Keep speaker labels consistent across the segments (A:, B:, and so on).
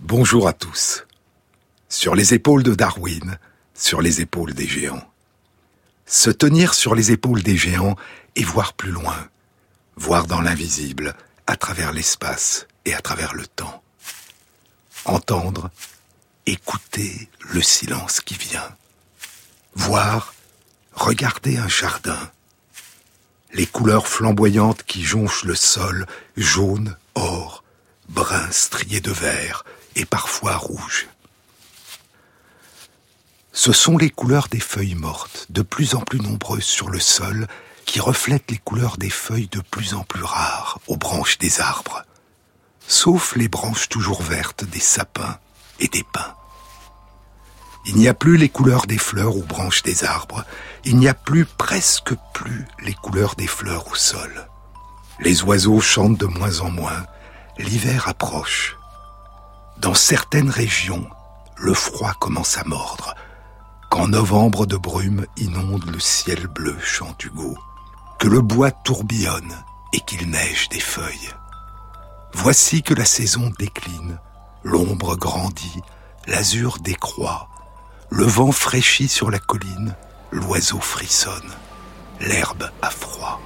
A: Bonjour à tous. Sur les épaules de Darwin, sur les épaules des géants. Se tenir sur les épaules des géants et voir plus loin, voir dans l'invisible, à travers l'espace et à travers le temps. Entendre, écouter le silence qui vient. Voir, regarder un jardin. Les couleurs flamboyantes qui jonchent le sol, jaune, or, brun strié de vert et parfois rouge. Ce sont les couleurs des feuilles mortes, de plus en plus nombreuses sur le sol, qui reflètent les couleurs des feuilles de plus en plus rares aux branches des arbres, sauf les branches toujours vertes des sapins et des pins. Il n'y a plus les couleurs des fleurs aux branches des arbres, il n'y a presque plus les couleurs des fleurs au sol. Les oiseaux chantent de moins en moins, l'hiver approche. Dans certaines régions, le froid commence à mordre, quand novembre de brume inonde le ciel bleu Chantugo, que le bois tourbillonne et qu'il neige des feuilles. Voici que la saison décline, l'ombre grandit, l'azur décroît, le vent fraîchit sur la colline, l'oiseau frissonne, l'herbe a froid.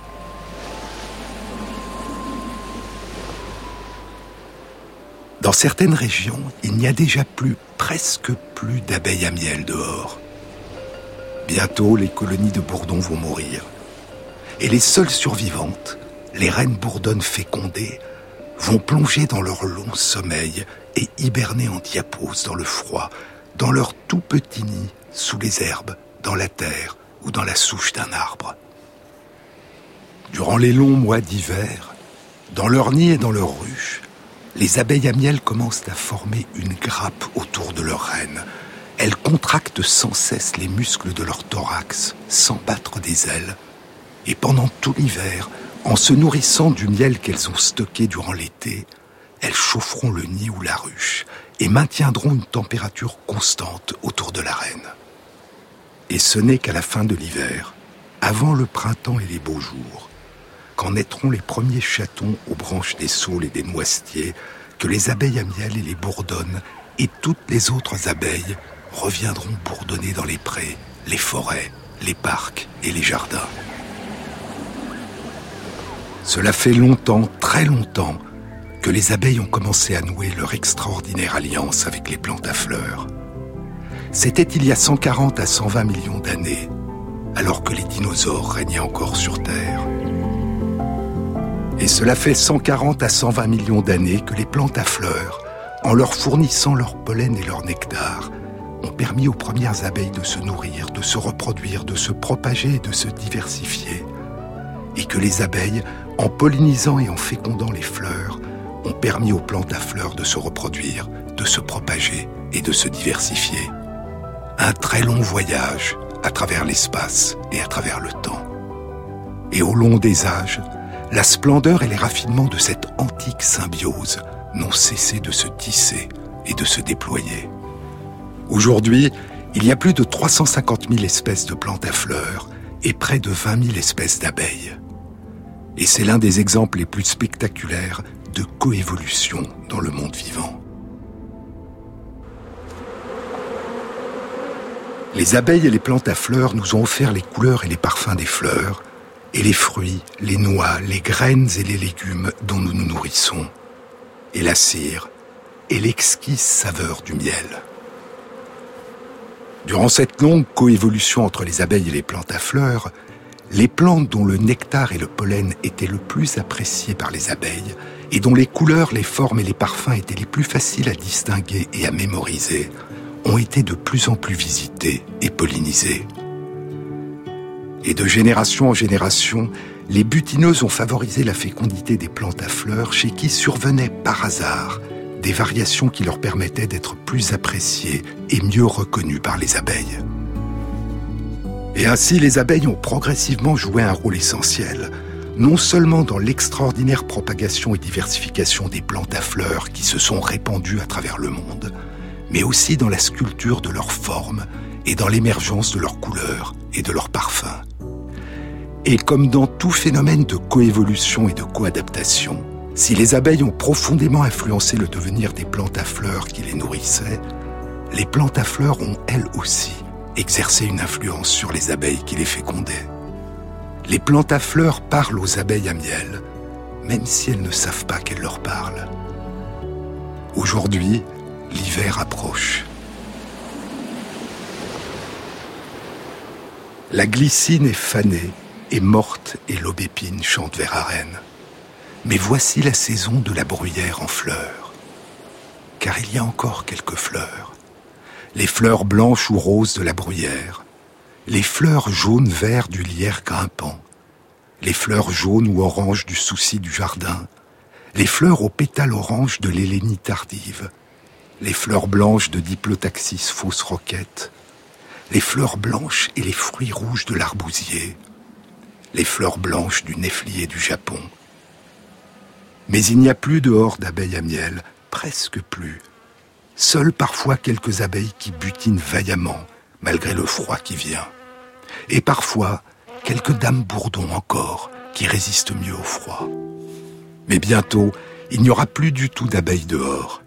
A: Dans certaines régions, il n'y a déjà presque plus d'abeilles à miel dehors. Bientôt, les colonies de bourdons vont mourir. Et les seules survivantes, les reines bourdonnes fécondées, vont plonger dans leur long sommeil et hiberner en diapause dans le froid, dans leur tout petit nid, sous les herbes, dans la terre ou dans la souche d'un arbre. Durant les longs mois d'hiver, dans leur nid et dans leur ruche, les abeilles à miel commencent à former une grappe autour de leur reine. Elles contractent sans cesse les muscles de leur thorax, sans battre des ailes. Et pendant tout l'hiver, en se nourrissant du miel qu'elles ont stocké durant l'été, elles chaufferont le nid ou la ruche et maintiendront une température constante autour de la reine. Et ce n'est qu'à la fin de l'hiver, avant le printemps et les beaux jours, quand naîtront les premiers chatons aux branches des saules et des noisetiers, que les abeilles à miel et les bourdonnes et toutes les autres abeilles reviendront bourdonner dans les prés, les forêts, les parcs et les jardins. Cela fait longtemps, très longtemps, que les abeilles ont commencé à nouer leur extraordinaire alliance avec les plantes à fleurs. C'était il y a 140 à 120 millions d'années, alors que les dinosaures régnaient encore sur Terre. Et cela fait 140 à 120 millions d'années que les plantes à fleurs, en leur fournissant leur pollen et leur nectar, ont permis aux premières abeilles de se nourrir, de se reproduire, de se propager et de se diversifier. Et que les abeilles, en pollinisant et en fécondant les fleurs, ont permis aux plantes à fleurs de se reproduire, de se propager et de se diversifier. Un très long voyage à travers l'espace et à travers le temps. Et au long des âges, la splendeur et les raffinements de cette antique symbiose n'ont cessé de se tisser et de se déployer. Aujourd'hui, il y a plus de 350 000 espèces de plantes à fleurs et près de 20 000 espèces d'abeilles. Et c'est l'un des exemples les plus spectaculaires de coévolution dans le monde vivant. Les abeilles et les plantes à fleurs nous ont offert les couleurs et les parfums des fleurs, et les fruits, les noix, les graines et les légumes dont nous nous nourrissons, et la cire, et l'exquise saveur du miel. Durant cette longue coévolution entre les abeilles et les plantes à fleurs, les plantes dont le nectar et le pollen étaient le plus appréciés par les abeilles, et dont les couleurs, les formes et les parfums étaient les plus faciles à distinguer et à mémoriser, ont été de plus en plus visitées et pollinisées. Et de génération en génération, les butineuses ont favorisé la fécondité des plantes à fleurs chez qui survenaient par hasard des variations qui leur permettaient d'être plus appréciées et mieux reconnues par les abeilles. Et ainsi, les abeilles ont progressivement joué un rôle essentiel, non seulement dans l'extraordinaire propagation et diversification des plantes à fleurs qui se sont répandues à travers le monde, mais aussi dans la sculpture de leurs formes et dans l'émergence de leurs couleurs et de leurs parfums. Et comme dans tout phénomène de coévolution et de coadaptation, Si les abeilles ont profondément influencé le devenir des plantes à fleurs qui les nourrissaient, les plantes à fleurs ont elles aussi exercé une influence sur les abeilles qui les fécondaient. Les plantes à fleurs parlent aux abeilles à miel, même si elles ne savent pas qu'elles leur parlent. Aujourd'hui, l'hiver approche. La glycine est fanée, est morte et l'aubépine chante vers Arène. Mais voici la saison de la bruyère en fleurs. Car il y a encore quelques fleurs. Les fleurs blanches ou roses de la bruyère, les fleurs jaune-vert du lierre grimpant, les fleurs jaunes ou oranges du souci du jardin, les fleurs aux pétales oranges de l'hélénie tardive, les fleurs blanches de Diplotaxis fausse roquette, les fleurs blanches et les fruits rouges de l'arbousier, les fleurs blanches du néflier du Japon. Mais il n'y a plus dehors d'abeilles à miel, presque plus. Seules parfois quelques abeilles qui butinent vaillamment, malgré le froid qui vient. Et parfois, quelques dames bourdons encore, qui résistent mieux au froid. Mais bientôt, il n'y aura plus du tout d'abeilles dehors.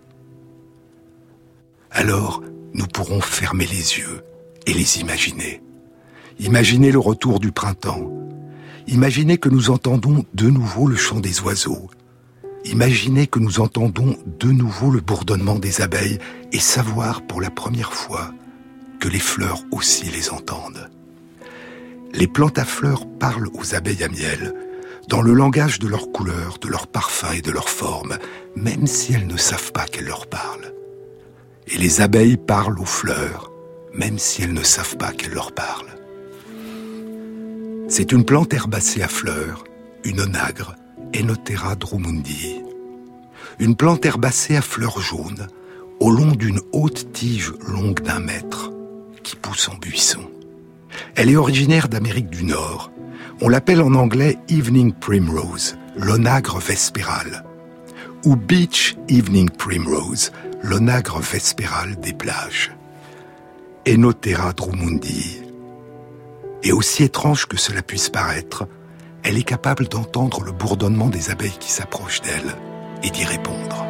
A: Alors, nous pourrons fermer les yeux et les imaginer. Imaginer le retour du printemps. Imaginer que nous entendons de nouveau le chant des oiseaux. Imaginez que nous entendons de nouveau le bourdonnement des abeilles et savoir pour la première fois que les fleurs aussi les entendent. Les plantes à fleurs parlent aux abeilles à miel, dans le langage de leurs couleurs, de leurs parfums et de leurs formes, même si elles ne savent pas qu'elles leur parlent. Et les abeilles parlent aux fleurs, même si elles ne savent pas qu'elles leur parlent. C'est une plante herbacée à fleurs, une onagre, Enothera drummondi. Une plante herbacée à fleurs jaunes, au long d'une haute tige longue d'1 mètre, qui pousse en buisson. Elle est originaire d'Amérique du Nord. On l'appelle en anglais Evening Primrose, l'onagre vespérale, ou Beach Evening Primrose, l'onagre vespérale des plages. Enothera drummondi. Et aussi étrange que cela puisse paraître, elle est capable d'entendre le bourdonnement des abeilles qui s'approchent d'elle et d'y répondre.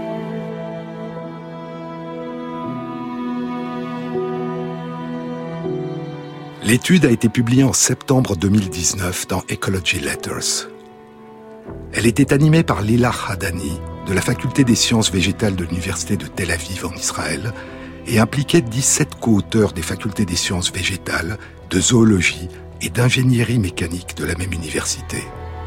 A: L'étude a été publiée en septembre 2019 dans Ecology Letters. Elle était animée par Lila Hadani, de la faculté des sciences végétales de l'université de Tel Aviv en Israël, et impliquait 17 co-auteurs des facultés des sciences végétales, de zoologie et d'ingénierie mécanique de la même université.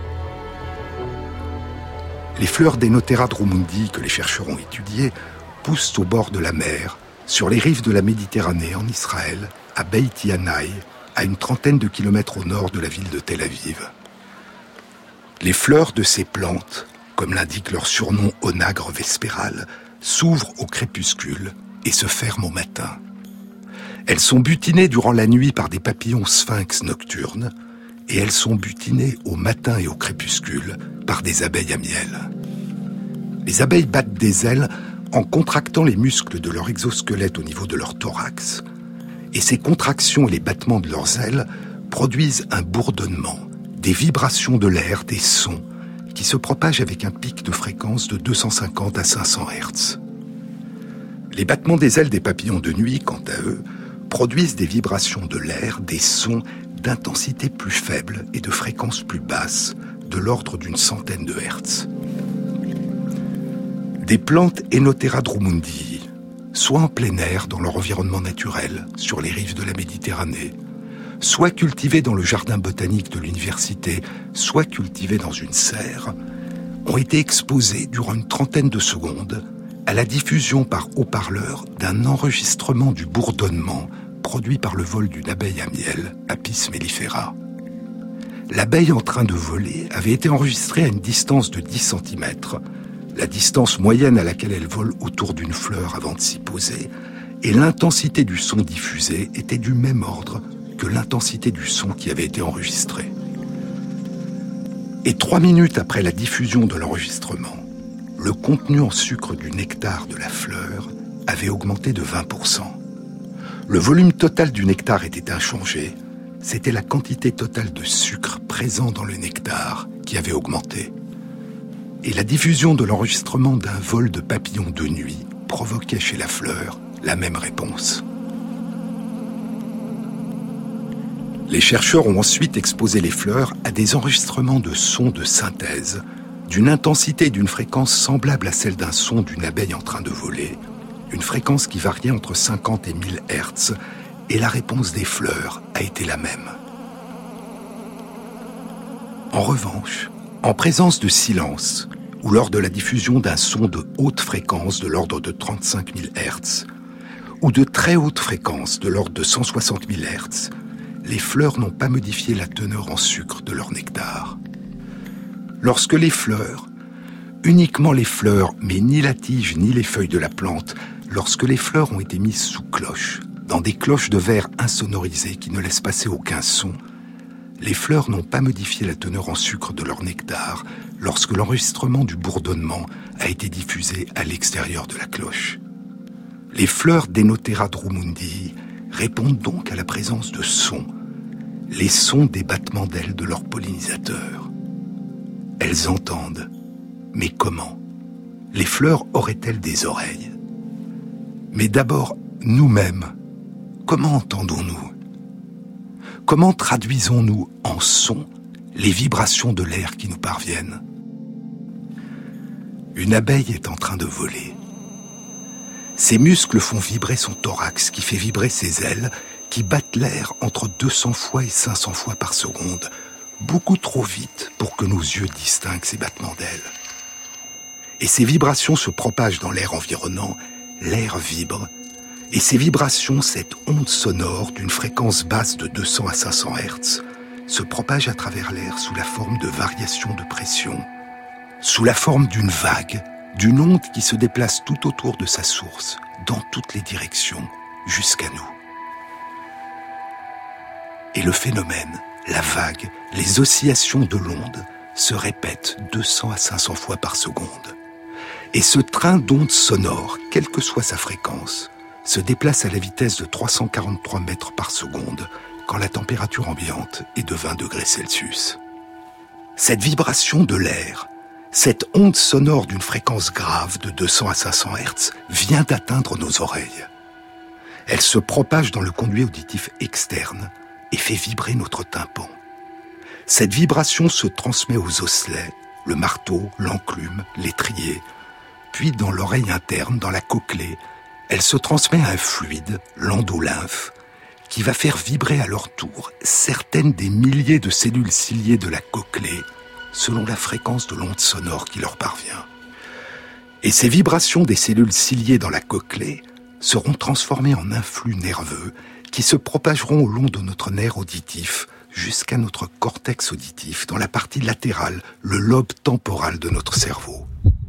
A: Les fleurs d'Enothera drummondi que les chercheurs ont étudiées poussent au bord de la mer, sur les rives de la Méditerranée en Israël, à Beit Yanai, à une 30aine de kilomètres au nord de la ville de Tel Aviv. Les fleurs de ces plantes, comme l'indique leur surnom onagre vespérale, s'ouvrent au crépuscule et se ferment au matin. Elles sont butinées durant la nuit par des papillons sphinx nocturnes et elles sont butinées au matin et au crépuscule par des abeilles à miel. Les abeilles battent des ailes en contractant les muscles de leur exosquelette au niveau de leur thorax, et ces contractions et les battements de leurs ailes produisent un bourdonnement, des vibrations de l'air, des sons, qui se propagent avec un pic de fréquence de 250 à 500 Hz. Les battements des ailes des papillons de nuit, quant à eux, produisent des vibrations de l'air, des sons d'intensité plus faible et de fréquence plus basse, de l'ordre d'une centaine de Hertz. Des plantes Enothera drummondi, soit en plein air dans leur environnement naturel, sur les rives de la Méditerranée, soit cultivées dans le jardin botanique de l'université, soit cultivées dans une serre, ont été exposées durant une 30aine de secondes à la diffusion par haut-parleur d'un enregistrement du bourdonnement produit par le vol d'une abeille à miel, Apis mellifera. L'abeille en train de voler avait été enregistrée à une distance de 10 cm, la distance moyenne à laquelle elle vole autour d'une fleur avant de s'y poser, et l'intensité du son diffusé était du même ordre que l'intensité du son qui avait été enregistré. Et 3 minutes après la diffusion de l'enregistrement, le contenu en sucre du nectar de la fleur avait augmenté de 20%. Le volume total du nectar était inchangé, c'était la quantité totale de sucre présent dans le nectar qui avait augmenté. et la diffusion de l'enregistrement d'un vol de papillons de nuit provoquait chez la fleur la même réponse. Les chercheurs ont ensuite exposé les fleurs à des enregistrements de sons de synthèse d'une intensité et d'une fréquence semblable à celle d'un son d'une abeille en train de voler, une fréquence qui variait entre 50 et 1000 Hz, et la réponse des fleurs a été la même. En revanche, en présence de silence, ou lors de la diffusion d'un son de haute fréquence de l'ordre de 35 000 Hz, ou de très haute fréquence de l'ordre de 160 000 Hz, les fleurs n'ont pas modifié la teneur en sucre de leur nectar. Lorsque les fleurs, uniquement les fleurs, mais ni la tige ni les feuilles de la plante, lorsque les fleurs ont été mises sous cloche, dans des cloches de verre insonorisées qui ne laissent passer aucun son, les fleurs n'ont pas modifié la teneur en sucre de leur nectar lorsque l'enregistrement du bourdonnement a été diffusé à l'extérieur de la cloche. Les fleurs d'Enotera drummondi répondent donc à la présence de sons, les sons des battements d'ailes de leurs pollinisateurs. Elles entendent, mais comment ? Les fleurs auraient-elles des oreilles ? Mais d'abord, nous-mêmes, comment entendons-nous ? Comment traduisons-nous en son les vibrations de l'air qui nous parviennent ? Une abeille est en train de voler. Ses muscles font vibrer son thorax, qui fait vibrer ses ailes, qui battent l'air entre 200 fois et 500 fois par seconde, beaucoup trop vite pour que nos yeux distinguent ces battements d'ailes. Et ces vibrations se propagent dans l'air environnant, l'air vibre, et ces vibrations, cette onde sonore d'une fréquence basse de 200 à 500 Hz, se propage à travers l'air sous la forme de variations de pression, sous la forme d'une vague, d'une onde qui se déplace tout autour de sa source, dans toutes les directions, jusqu'à nous. Et le phénomène, la vague, les oscillations de l'onde se répètent 200 à 500 fois par seconde. Et ce train d'ondes sonores, quelle que soit sa fréquence, se déplace à la vitesse de 343 mètres par seconde quand la température ambiante est de 20 degrés Celsius. Cette vibration de l'air, cette onde sonore d'une fréquence grave de 200 à 500 Hz vient d'atteindre nos oreilles. Elle se propage dans le conduit auditif externe et fait vibrer notre tympan. Cette vibration se transmet aux osselets, le marteau, l'enclume, l'étrier, puis dans l'oreille interne, dans la cochlée, elle se transmet à un fluide, l'endolymphe, qui va faire vibrer à leur tour certaines des milliers de cellules ciliées de la cochlée, selon la fréquence de l'onde sonore qui leur parvient. Et ces vibrations des cellules ciliées dans la cochlée seront transformées en influx nerveux qui se propageront au long de notre nerf auditif jusqu'à notre cortex auditif, dans la partie latérale, le lobe temporal de notre cerveau.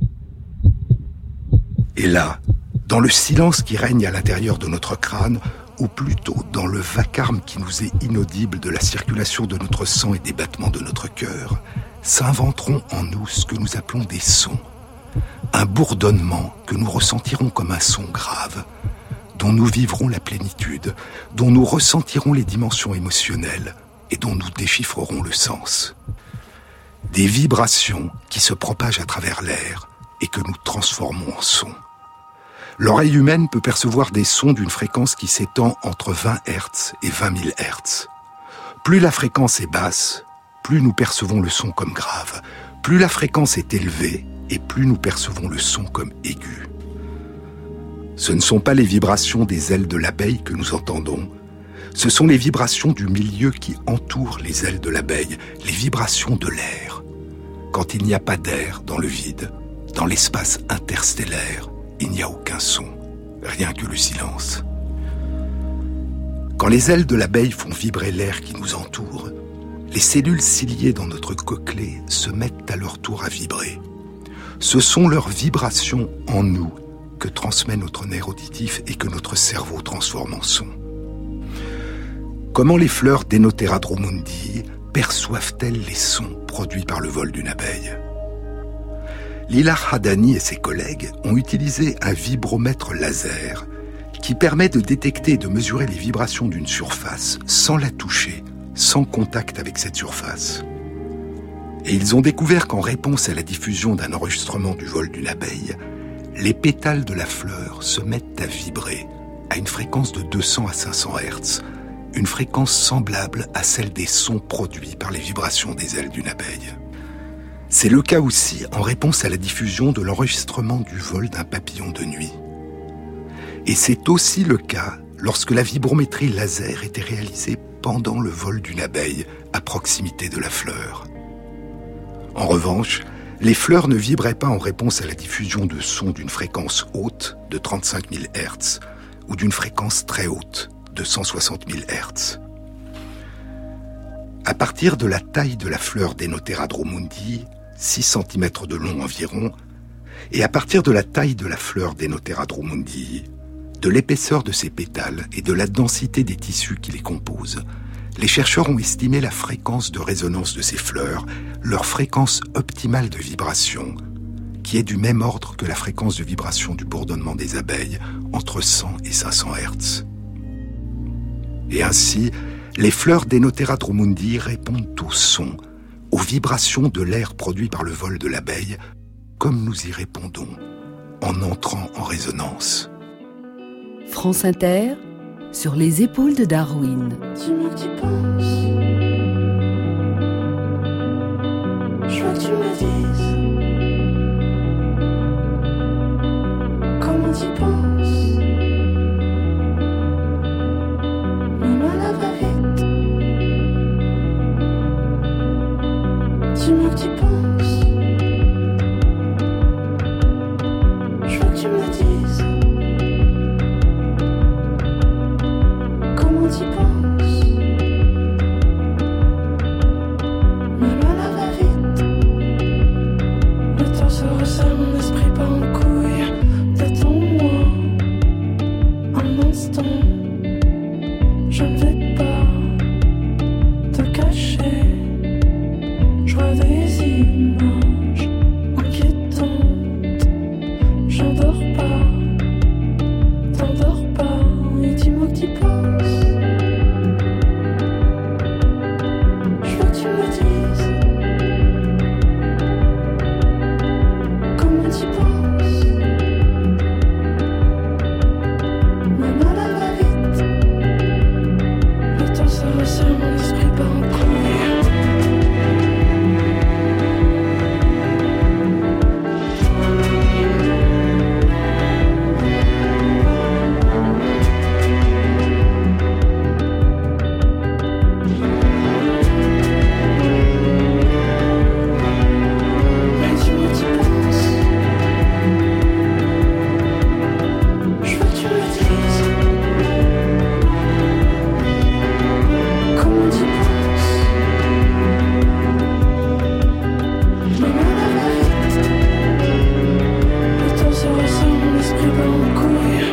A: Et là, dans le silence qui règne à l'intérieur de notre crâne, ou plutôt dans le vacarme qui nous est inaudible de la circulation de notre sang et des battements de notre cœur, s'inventeront en nous ce que nous appelons des sons. Un bourdonnement que nous ressentirons comme un son grave, dont nous vivrons la plénitude, dont nous ressentirons les dimensions émotionnelles et dont nous déchiffrerons le sens. Des vibrations qui se propagent à travers l'air et que nous transformons en son. L'oreille humaine peut percevoir des sons d'une fréquence qui s'étend entre 20 Hz et 20 000 Hz. Plus la fréquence est basse, plus nous percevons le son comme grave. Plus la fréquence est élevée, et plus nous percevons le son comme aigu. Ce ne sont pas les vibrations des ailes de l'abeille que nous entendons, ce sont les vibrations du milieu qui entoure les ailes de l'abeille, les vibrations de l'air. Quand il n'y a pas d'air dans le vide, dans l'espace interstellaire, il n'y a aucun son, rien que le silence. Quand les ailes de l'abeille font vibrer l'air qui nous entoure, les cellules ciliées dans notre cochlée se mettent à leur tour à vibrer. Ce sont leurs vibrations en nous que transmet notre nerf auditif et que notre cerveau transforme en son. Comment les fleurs d'Enotera drummondi perçoivent-elles les sons produits par le vol d'une abeille ? Lilach Hadani et ses collègues ont utilisé un vibromètre laser qui permet de détecter et de mesurer les vibrations d'une surface sans la toucher, sans contact avec cette surface. Et ils ont découvert qu'en réponse à la diffusion d'un enregistrement du vol d'une abeille, les pétales de la fleur se mettent à vibrer à une fréquence de 200 à 500 Hz, une fréquence semblable à celle des sons produits par les vibrations des ailes d'une abeille. C'est le cas aussi en réponse à la diffusion de l'enregistrement du vol d'un papillon de nuit. Et c'est aussi le cas lorsque la vibrométrie laser était réalisée pendant le vol d'une abeille à proximité de la fleur. En revanche, les fleurs ne vibraient pas en réponse à la diffusion de sons d'une fréquence haute de 35 000 Hz ou d'une fréquence très haute de 160 000 Hz. À partir de la taille de la fleur d'Enotera drumundi, 6 cm de long environ, et à partir de la taille de la fleur d'Enotera drumundi, de l'épaisseur de ses pétales et de la densité des tissus qui les composent, les chercheurs ont estimé la fréquence de résonance de ces fleurs, leur fréquence optimale de vibration, qui est du même ordre que la fréquence de vibration du bourdonnement des abeilles, entre 100 et 500 Hz. Et ainsi, les fleurs d'Enotera drumundi répondent aux sons, aux vibrations de l'air produit par le vol de l'abeille, comme nous y répondons, en entrant en résonance.
B: France Inter, sur les épaules de Darwin.
C: Dis-moi que tu penses. Je veux que tu me dises comment tu penses. Même à la va-vite. Dis-moi que tu penses. Je veux que tu me dises comment tu penses. Même à la va-vite. Le temps se resserre, mon esprit part en couille. Détends-moi un instant. Je ne vais pas te cacher. Je vois des images inquiétantes. J'endors pas, t'endors pas. Et dis-moi que tu penses. Je veux que tu me dises comment tu penses. Même à la va-vite. Le temps se resserre, mon esprit part en couille. Mais dis-moi que tu penses. Je veux que tu me dises comment tu penses. Même à la va-vite. Le temps se resserre, mon esprit part en couille.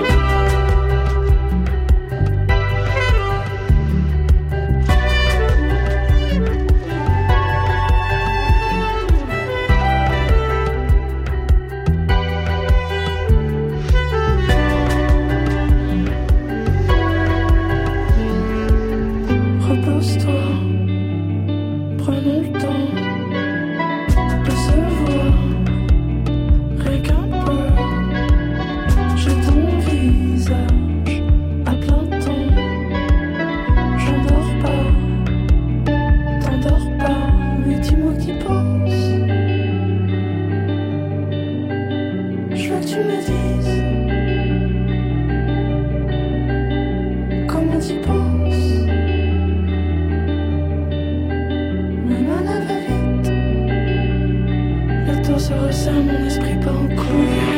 C: Repose-toi, prenons le temps de se voir, rien qu'un peu. J'ai ton visage à plein temps. J'endors pas, t'endors pas. Mais dis-moi que tu penses. Je veux que tu me dises comment tu penses. Même à la va-vite. Le temps se resserre, mon esprit part en couille.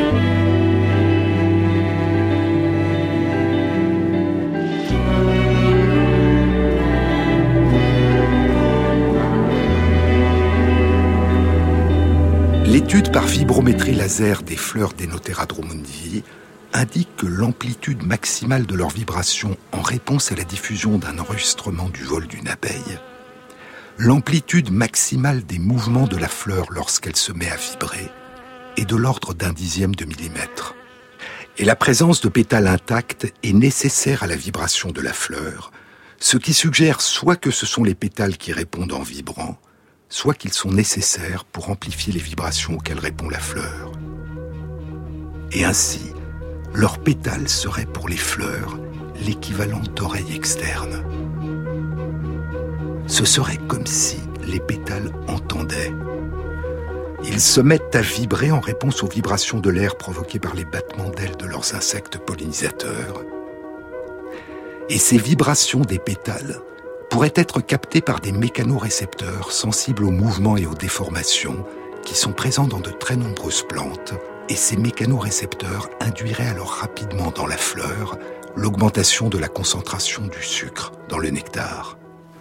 A: L'étude par vibrométrie laser des fleurs d'Enotera drumundi indique que l'amplitude maximale de leur vibration en réponse à la diffusion d'un enregistrement du vol d'une abeille, l'amplitude maximale des mouvements de la fleur lorsqu'elle se met à vibrer est de l'ordre d'un dixième de millimètre. Et la présence de pétales intacts est nécessaire à la vibration de la fleur, ce qui suggère soit que ce sont les pétales qui répondent en vibrant, soit que ce sont les pétales qui répondent en vibration, soit que ce sont les pétales qui répondent en vibration. Et la présence de pétales intacts est nécessaire à la vibration de la fleur, ce qui suggère soit que ce sont les pétales qui répondent en vibrant, soit que ce sont les pétales qui répondent en vibration. soit qu'ils sont nécessaires pour amplifier les vibrations auxquelles répond la fleur. Et ainsi, leurs pétales seraient pour les fleurs l'équivalent d'oreilles externes. Ce serait comme si les pétales entendaient. Ils se mettent à vibrer en réponse aux vibrations de l'air provoquées par les battements d'ailes de leurs insectes pollinisateurs. Et ces vibrations des pétales pourraient être captées par des mécanorécepteurs sensibles aux mouvements et aux déformations qui sont présents dans de très nombreuses plantes, et ces mécanorécepteurs induiraient alors rapidement dans la fleur l'augmentation de la concentration du sucre dans le nectar.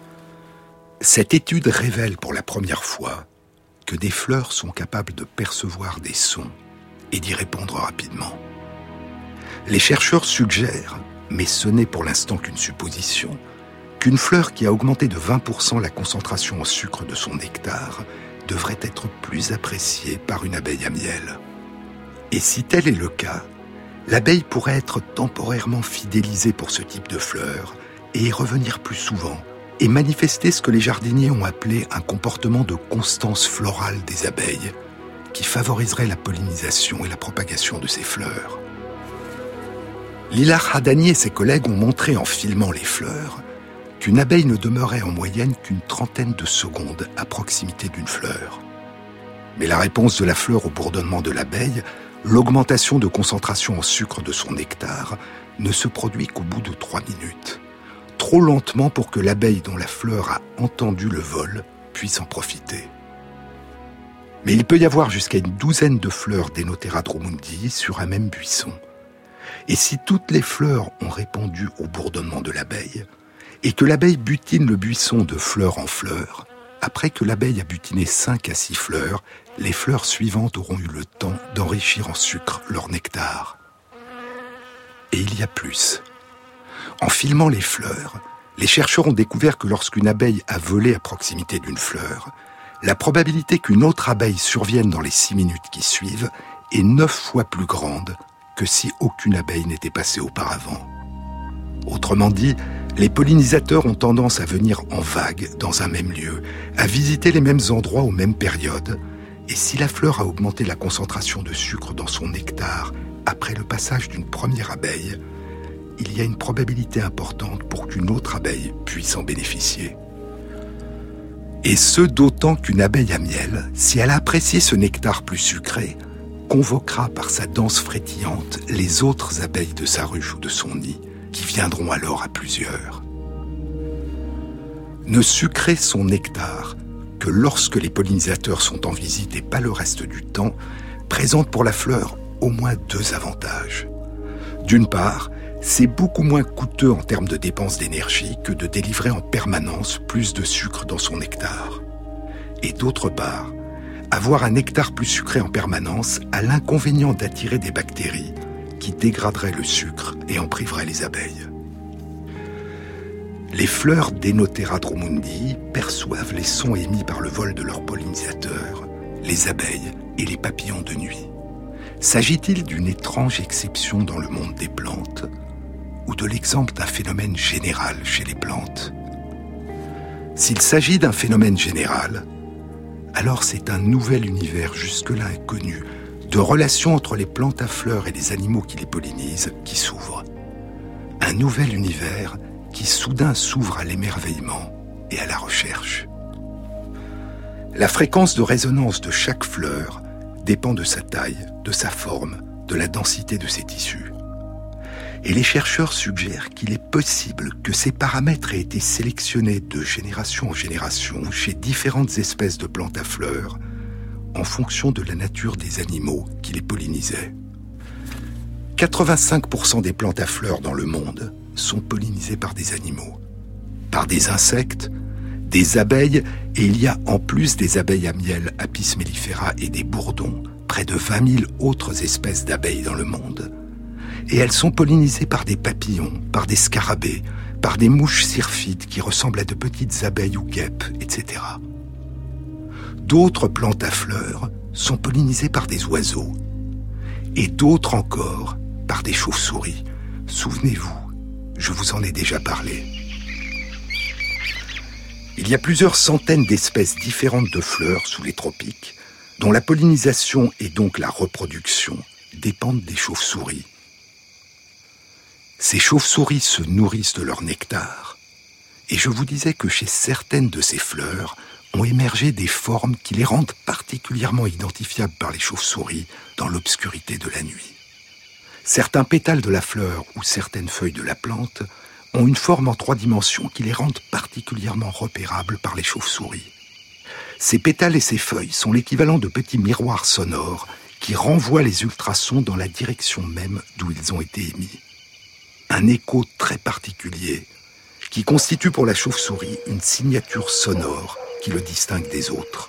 A: Cette étude révèle pour la première fois que des fleurs sont capables de percevoir des sons et d'y répondre rapidement. Les chercheurs suggèrent, mais ce n'est pour l'instant qu'une supposition, qu'une fleur qui a augmenté de 20% la concentration en sucre de son nectar devrait être plus appréciée par une abeille à miel. Et si tel est le cas, l'abeille pourrait être temporairement fidélisée pour ce type de fleurs et y revenir plus souvent et manifester ce que les jardiniers ont appelé un comportement de constance florale des abeilles qui favoriserait la pollinisation et la propagation de ces fleurs. Lilach Hadani et ses collègues ont montré en filmant les fleurs qu'une abeille ne demeurait en moyenne qu'une trentaine de secondes à proximité d'une fleur. Mais la réponse de la fleur au bourdonnement de l'abeille, l'augmentation de concentration en sucre de son nectar, ne se produit qu'au bout de 3 minutes. Trop lentement pour que l'abeille dont la fleur a entendu le vol puisse en profiter. Mais il peut y avoir jusqu'à une douzaine de fleurs d'Enotera drumundi sur un même buisson. Et si toutes les fleurs ont répondu au bourdonnement de l'abeille, et que l'abeille butine le buisson de fleur en fleur, après que l'abeille a butiné 5 à 6 fleurs, les fleurs suivantes auront eu le temps d'enrichir en sucre leur nectar. Et il y a plus. En filmant les fleurs, les chercheurs ont découvert que lorsqu'une abeille a volé à proximité d'une fleur, la probabilité qu'une autre abeille survienne dans les 6 minutes qui suivent est 9 fois plus grande que si aucune abeille n'était passée auparavant. Autrement dit, les pollinisateurs ont tendance à venir en vague dans un même lieu, à visiter les mêmes endroits aux mêmes périodes, et si la fleur a augmenté la concentration de sucre dans son nectar après le passage d'une première abeille, il y a une probabilité importante pour qu'une autre abeille puisse en bénéficier. Et ce d'autant qu'une abeille à miel, si elle apprécie ce nectar plus sucré, convoquera par sa danse frétillante les autres abeilles de sa ruche ou de son nid, qui viendront alors à plusieurs. Ne sucrer son nectar que lorsque les pollinisateurs sont en visite et pas le reste du temps, présente pour la fleur au moins 2 avantages. D'une part, c'est beaucoup moins coûteux en termes de dépenses d'énergie que de délivrer en permanence plus de sucre dans son nectar. Et d'autre part, avoir un nectar plus sucré en permanence a l'inconvénient d'attirer des bactéries qui dégraderaient le sucre et en priveraient les abeilles. Les fleurs d'Enotera drumundi perçoivent les sons émis par le vol de leurs pollinisateurs, les abeilles et les papillons de nuit. S'agit-il d'une étrange exception dans le monde des plantes ou de l'exemple d'un phénomène général chez les plantes? S'il s'agit d'un phénomène général, alors c'est un nouvel univers jusque-là inconnu de relations entre les plantes à fleurs et les animaux qui les pollinisent qui s'ouvre. Un nouvel univers qui soudain s'ouvre à l'émerveillement et à la recherche. La fréquence de résonance de chaque fleur dépend de sa taille, de sa forme, de la densité de ses tissus. Et les chercheurs suggèrent qu'il est possible que ces paramètres aient été sélectionnés de génération en génération chez différentes espèces de plantes à fleurs en fonction de la nature des animaux qui les pollinisaient. 85% des plantes à fleurs dans le monde sont pollinisées par des animaux, par des insectes, des abeilles, et il y a en plus des abeilles à miel, Apis mellifera et des bourdons, près de 20 000 autres espèces d'abeilles dans le monde. Et elles sont pollinisées par des papillons, par des scarabées, par des mouches syrphides qui ressemblent à de petites abeilles ou guêpes, etc. D'autres plantes à fleurs sont pollinisées par des oiseaux, et d'autres encore par des chauves-souris. Souvenez-vous, je vous en ai déjà parlé. Il y a plusieurs centaines d'espèces différentes de fleurs sous les tropiques, dont la pollinisation et donc la reproduction dépendent des chauves-souris. Ces chauves-souris se nourrissent de leur nectar, et je vous disais que chez certaines de ces fleurs ont émergé des formes qui les rendent particulièrement identifiables par les chauves-souris dans l'obscurité de la nuit. Certains pétales de la fleur ou certaines feuilles de la plante ont une forme en 3 dimensions qui les rendent particulièrement repérables par les chauves-souris. Ces pétales et ces feuilles sont l'équivalent de petits miroirs sonores qui renvoient les ultrasons dans la direction même d'où ils ont été émis. Un écho très particulier qui constitue pour la chauve-souris une signature sonore qui le distingue des autres.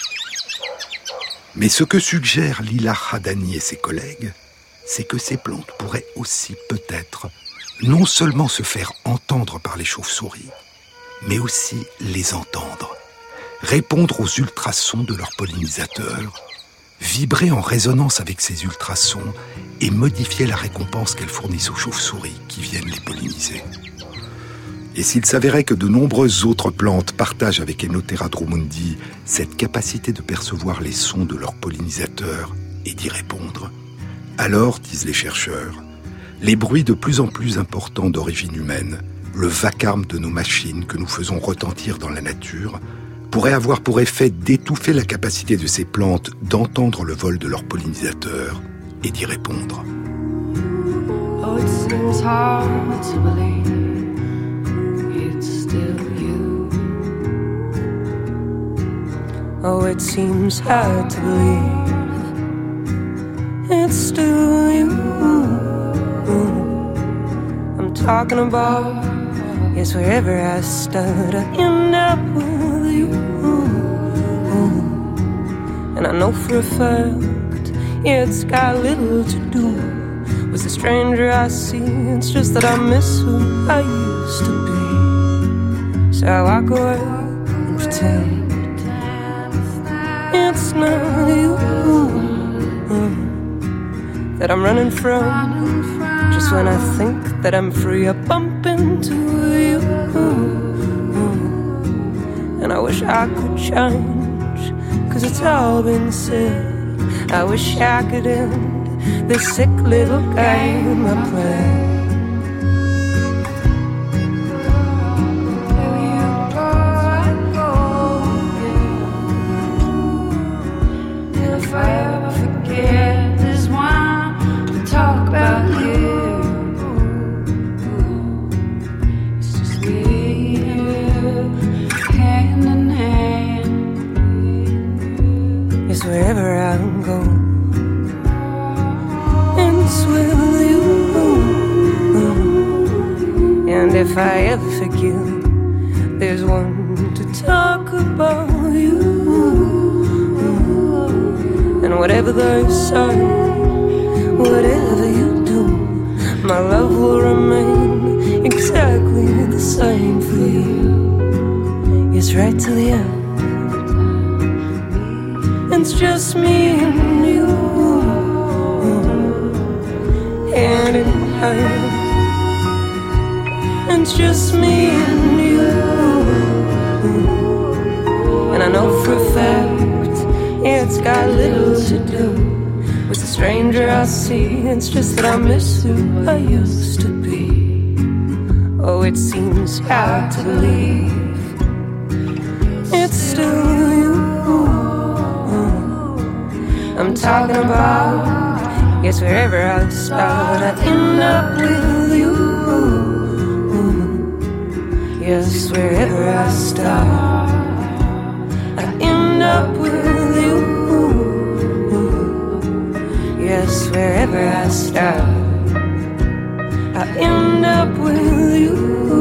A: Mais ce que suggèrent Lila Hadani et ses collègues, c'est que ces plantes pourraient aussi peut-être non seulement se faire entendre par les chauves-souris, mais aussi les entendre, répondre aux ultrasons de leurs pollinisateurs, vibrer en résonance avec ces ultrasons et modifier la récompense qu'elles fournissent aux chauves-souris qui viennent les polliniser. Et s'il s'avérait que de nombreuses autres plantes partagent avec Enothera drumundi cette capacité de percevoir les sons de leurs pollinisateurs et d'y répondre, alors, disent les chercheurs, les bruits de plus en plus importants d'origine humaine, le vacarme de nos machines que nous faisons retentir dans la nature, pourraient avoir pour effet d'étouffer la capacité de ces plantes d'entendre le vol de leurs pollinisateurs et d'y répondre.
C: Oh, it seems hard to believe it's still you.
D: Oh, it seems hard to believe it's still you. I'm talking about, yes, wherever I start, I end up with you. And I know for a fact, yeah, it's got little to do with the stranger I see. It's just that I miss who I used to be. So I walk away and pretend it's not you that I'm running from. Just when I think that I'm free, I bump into you. And I wish I could change, 'cause it's all been said. I wish I could end this sick little game I play. Wherever I go, it's with you. And if I ever forget, there's one to talk about you. And whatever they say, whatever you do, my love will remain exactly the same for you. It's right to the end. It's just me and you, hand in hand. It's just me and you, and I know for a fact it's got little to do with the stranger I see. It's just that I miss who I used to be. Oh, it seems hard to believe it's still you I'm talking about. Yes, wherever I start, I end up with you. Yes, wherever I start, I end up with you. Yes, wherever I start, I end up with you.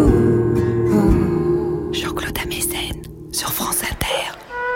B: Jean-Claude Amezen sur France Inter.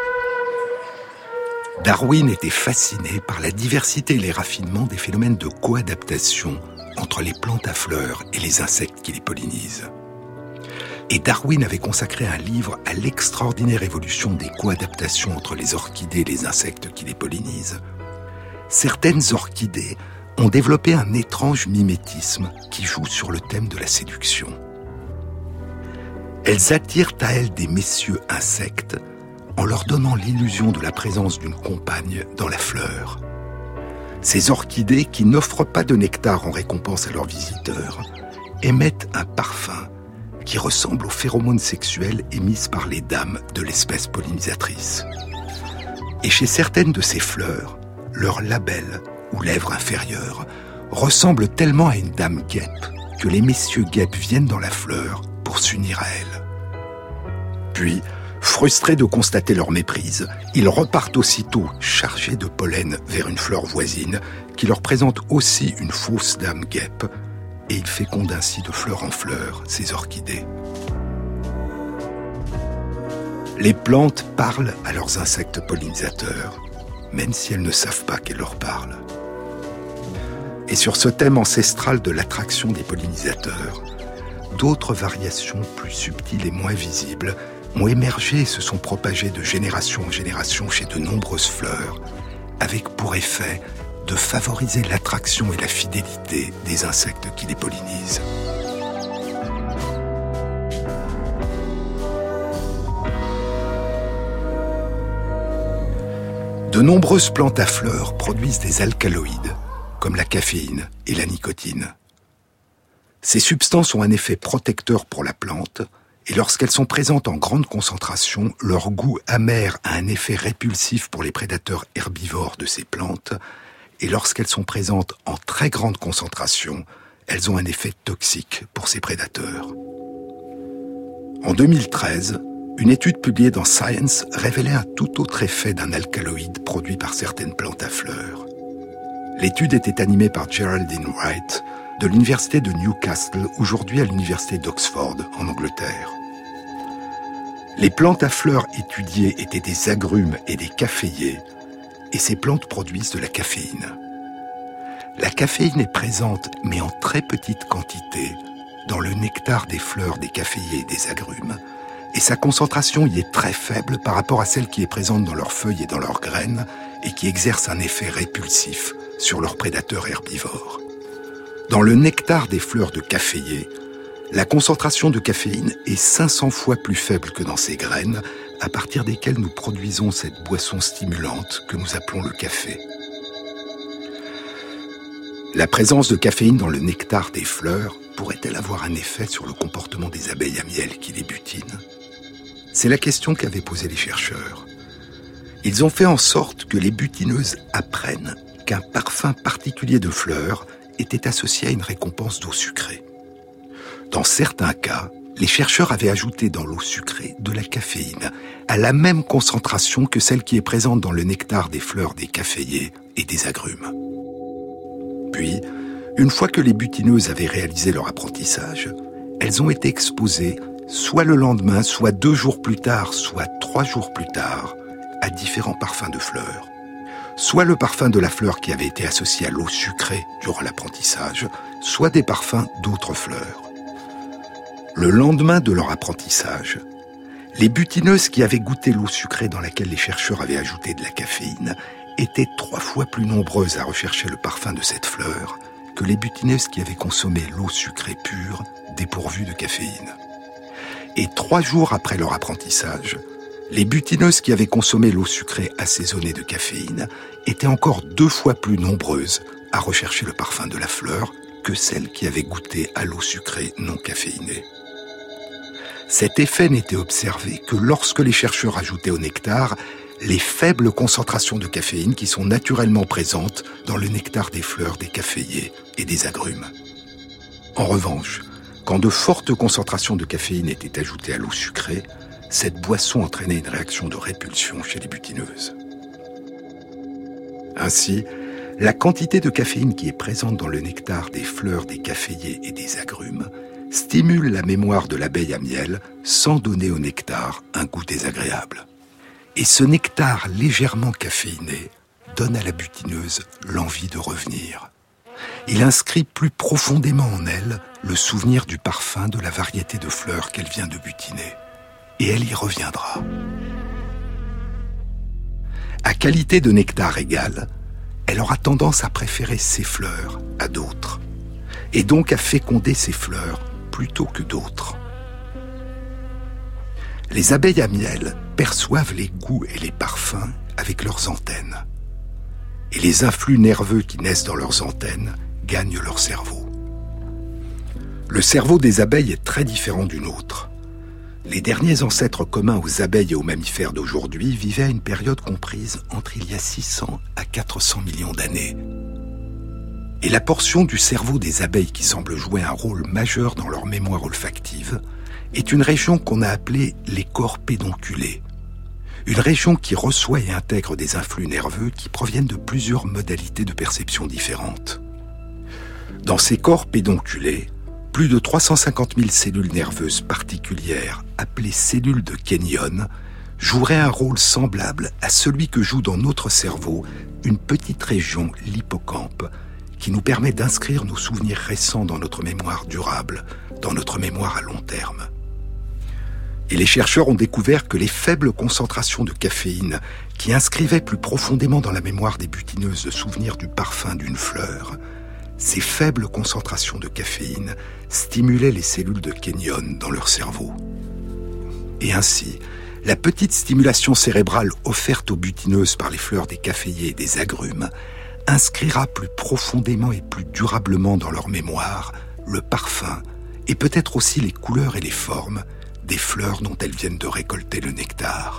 A: Darwin était fasciné par la diversité et les raffinements des phénomènes de coadaptation entre les plantes à fleurs et les insectes qui les pollinisent. Et Darwin avait consacré un livre à l'extraordinaire évolution des coadaptations entre les orchidées et les insectes qui les pollinisent. Certaines orchidées ont développé un étrange mimétisme qui joue sur le thème de la séduction. Elles attirent à elles des messieurs insectes en leur donnant l'illusion de la présence d'une compagne dans la fleur. Ces orchidées, qui n'offrent pas de nectar en récompense à leurs visiteurs, émettent un parfum qui ressemble aux phéromones sexuelles émises par les dames de l'espèce pollinisatrice. Et chez certaines de ces fleurs, leur labelle ou lèvre inférieure ressemble tellement à une dame guêpe que les messieurs guêpes viennent dans la fleur pour s'unir à elle. Puis, frustrés de constater leur méprise, ils repartent aussitôt chargés de pollen vers une fleur voisine qui leur présente aussi une fausse dame guêpe, et ils fécondent ainsi de fleur en fleur ces orchidées. Les plantes parlent à leurs insectes pollinisateurs, même si elles ne savent pas qu'elles leur parlent. Et sur ce thème ancestral de l'attraction des pollinisateurs, d'autres variations plus subtiles et moins visibles ont émergé et se sont propagées de génération en génération chez de nombreuses fleurs, avec pour effet de favoriser l'attraction et la fidélité des insectes qui les pollinisent. De nombreuses plantes à fleurs produisent des alcaloïdes, comme la caféine et la nicotine. Ces substances ont un effet protecteur pour la plante, et lorsqu'elles sont présentes en grande concentration, leur goût amer a un effet répulsif pour les prédateurs herbivores de ces plantes, et lorsqu'elles sont présentes en très grande concentration, elles ont un effet toxique pour ces prédateurs. En 2013, une étude publiée dans Science révélait un tout autre effet d'un alcaloïde produit par certaines plantes à fleurs. L'étude était animée par Geraldine Wright de l'université de Newcastle, aujourd'hui à l'université d'Oxford, en Angleterre. Les plantes à fleurs étudiées étaient des agrumes et des caféiers, et ces plantes produisent de la caféine. La caféine est présente, mais en très petite quantité, dans le nectar des fleurs des caféiers et des agrumes, et sa concentration y est très faible par rapport à celle qui est présente dans leurs feuilles et dans leurs graines, et qui exerce un effet répulsif sur leurs prédateurs herbivores. Dans le nectar des fleurs de caféier, la concentration de caféine est 500 fois plus faible que dans ces graines, à partir desquelles nous produisons cette boisson stimulante que nous appelons le café. La présence de caféine dans le nectar des fleurs pourrait-elle avoir un effet sur le comportement des abeilles à miel qui les butinent ? C'est la question qu'avaient posée les chercheurs. Ils ont fait en sorte que les butineuses apprennent qu'un parfum particulier de fleurs était associé à une récompense d'eau sucrée. Dans certains cas, les chercheurs avaient ajouté dans l'eau sucrée de la caféine, à la même concentration que celle qui est présente dans le nectar des fleurs des caféiers et des agrumes. Puis, une fois que les butineuses avaient réalisé leur apprentissage, elles ont été exposées, soit le lendemain, soit 2 jours plus tard, soit 3 jours plus tard, à différents parfums de fleurs. Soit le parfum de la fleur qui avait été associé à l'eau sucrée durant l'apprentissage, soit des parfums d'autres fleurs. Le lendemain de leur apprentissage, les butineuses qui avaient goûté l'eau sucrée dans laquelle les chercheurs avaient ajouté de la caféine étaient 3 fois plus nombreuses à rechercher le parfum de cette fleur que les butineuses qui avaient consommé l'eau sucrée pure dépourvue de caféine. Et 3 jours après leur apprentissage, les butineuses qui avaient consommé l'eau sucrée assaisonnée de caféine étaient encore 2 fois plus nombreuses à rechercher le parfum de la fleur que celles qui avaient goûté à l'eau sucrée non caféinée. Cet effet n'était observé que lorsque les chercheurs ajoutaient au nectar les faibles concentrations de caféine qui sont naturellement présentes dans le nectar des fleurs des caféiers et des agrumes. En revanche, quand de fortes concentrations de caféine étaient ajoutées à l'eau sucrée, cette boisson entraînait une réaction de répulsion chez les butineuses. Ainsi, la quantité de caféine qui est présente dans le nectar des fleurs des caféiers et des agrumes stimule la mémoire de l'abeille à miel sans donner au nectar un goût désagréable. Et ce nectar légèrement caféiné donne à la butineuse l'envie de revenir. Il inscrit plus profondément en elle le souvenir du parfum de la variété de fleurs qu'elle vient de butiner. Et elle y reviendra. À qualité de nectar égale, elle aura tendance à préférer ces fleurs à d'autres, et donc à féconder ces fleurs plutôt que d'autres. Les abeilles à miel perçoivent les goûts et les parfums avec leurs antennes. Et les influx nerveux qui naissent dans leurs antennes gagnent leur cerveau. Le cerveau des abeilles est très différent du nôtre. Les derniers ancêtres communs aux abeilles et aux mammifères d'aujourd'hui vivaient à une période comprise entre il y a 600 à 400 millions d'années. Et la portion du cerveau des abeilles qui semble jouer un rôle majeur dans leur mémoire olfactive est une région qu'on a appelée les corps pédonculés. Une région qui reçoit et intègre des influx nerveux qui proviennent de plusieurs modalités de perception différentes. Dans ces corps pédonculés, plus de 350 000 cellules nerveuses particulières, appelées cellules de Kenyon, joueraient un rôle semblable à celui que joue dans notre cerveau une petite région, l'hippocampe, qui nous permet d'inscrire nos souvenirs récents dans notre mémoire durable, dans notre mémoire à long terme. Et les chercheurs ont découvert que les faibles concentrations de caféine qui inscrivaient plus profondément dans la mémoire des butineuses le souvenir du parfum d'une fleur, ces faibles concentrations de caféine stimulaient les cellules de Kenyon dans leur cerveau. Et ainsi, la petite stimulation cérébrale offerte aux butineuses par les fleurs des caféiers et des agrumes inscrira plus profondément et plus durablement dans leur mémoire le parfum et peut-être aussi les couleurs et les formes des fleurs dont elles viennent de récolter le nectar.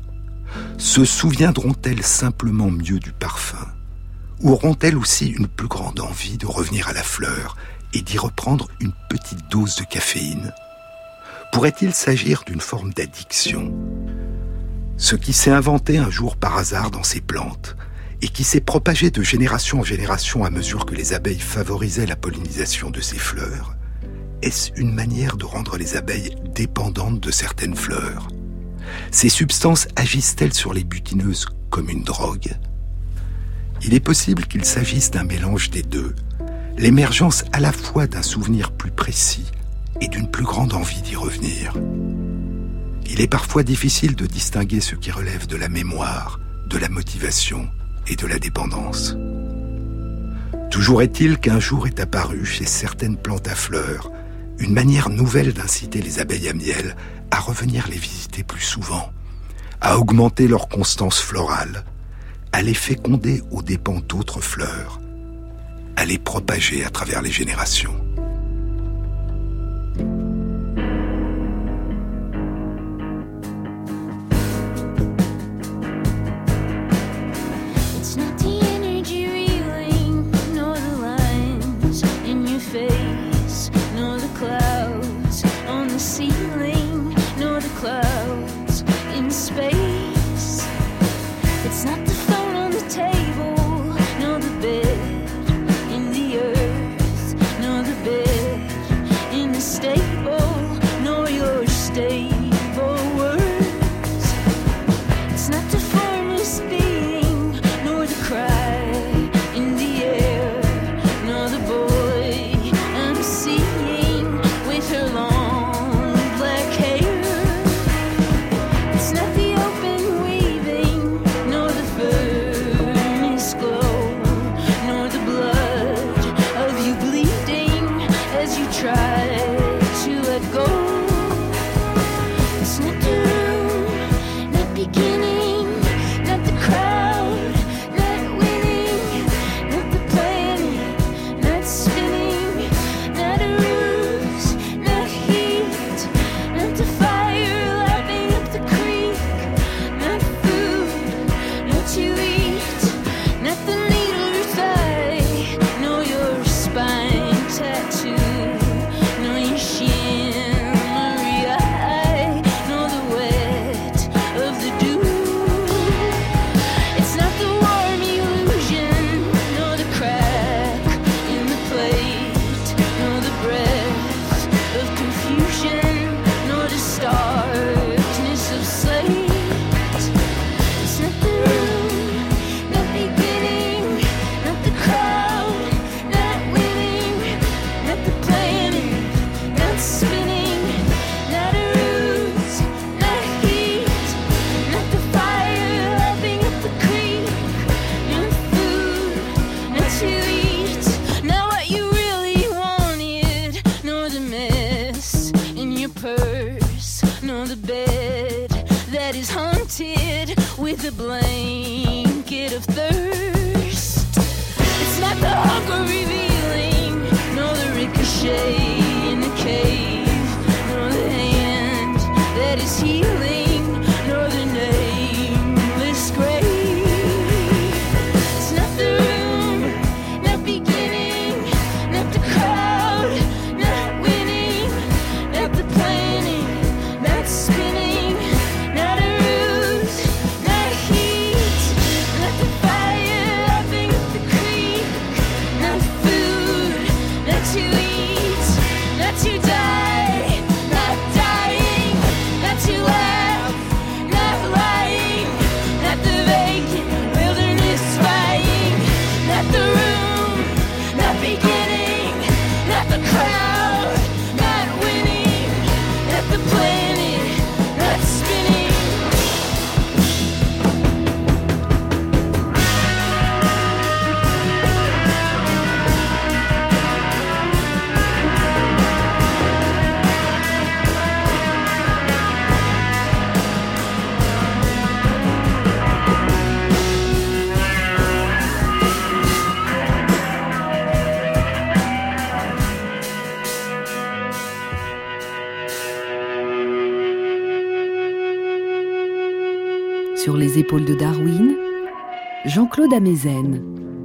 A: Se souviendront-elles simplement mieux du parfum ? Ou auront-elles aussi une plus grande envie de revenir à la fleur et d'y reprendre une petite dose de caféine ? Pourrait-il s'agir d'une forme d'addiction ? Ce qui s'est inventé un jour par hasard dans ces plantes et qui s'est propagé de génération en génération à mesure que les abeilles favorisaient la pollinisation de ces fleurs, est-ce une manière de rendre les abeilles dépendantes de certaines fleurs ? Ces substances agissent-elles sur les butineuses comme une drogue ? Il est possible qu'il s'agisse d'un mélange des deux, l'émergence à la fois d'un souvenir plus précis et d'une plus grande envie d'y revenir. Il est parfois difficile de distinguer ce qui relève de la mémoire, de la motivation et de la dépendance. Toujours est-il qu'un jour est apparu chez certaines plantes à fleurs une manière nouvelle d'inciter les abeilles à miel à revenir les visiter plus souvent, à augmenter leur constance florale, à les féconder aux dépens d'autres fleurs, à les propager à travers les générations.
C: No, the
E: with a blanket of thirst. It's not the hunger revealing, nor the ricochet in the cave, nor the hand that is healing, nor the nameless grave. It's not the room, not beginning, not the crowd, not winning, not the planning, not spinning, not a ruse, not a heat, not the fire lapping up the creek, not food, not to eat, not to die, not dying, not to laugh, not lying, not the vacant wilderness spying, not the room, not beginning, not the crowd, not winning, not the planet, not spinning.
B: Sur les épaules de Darwin, Jean-Claude Amezen.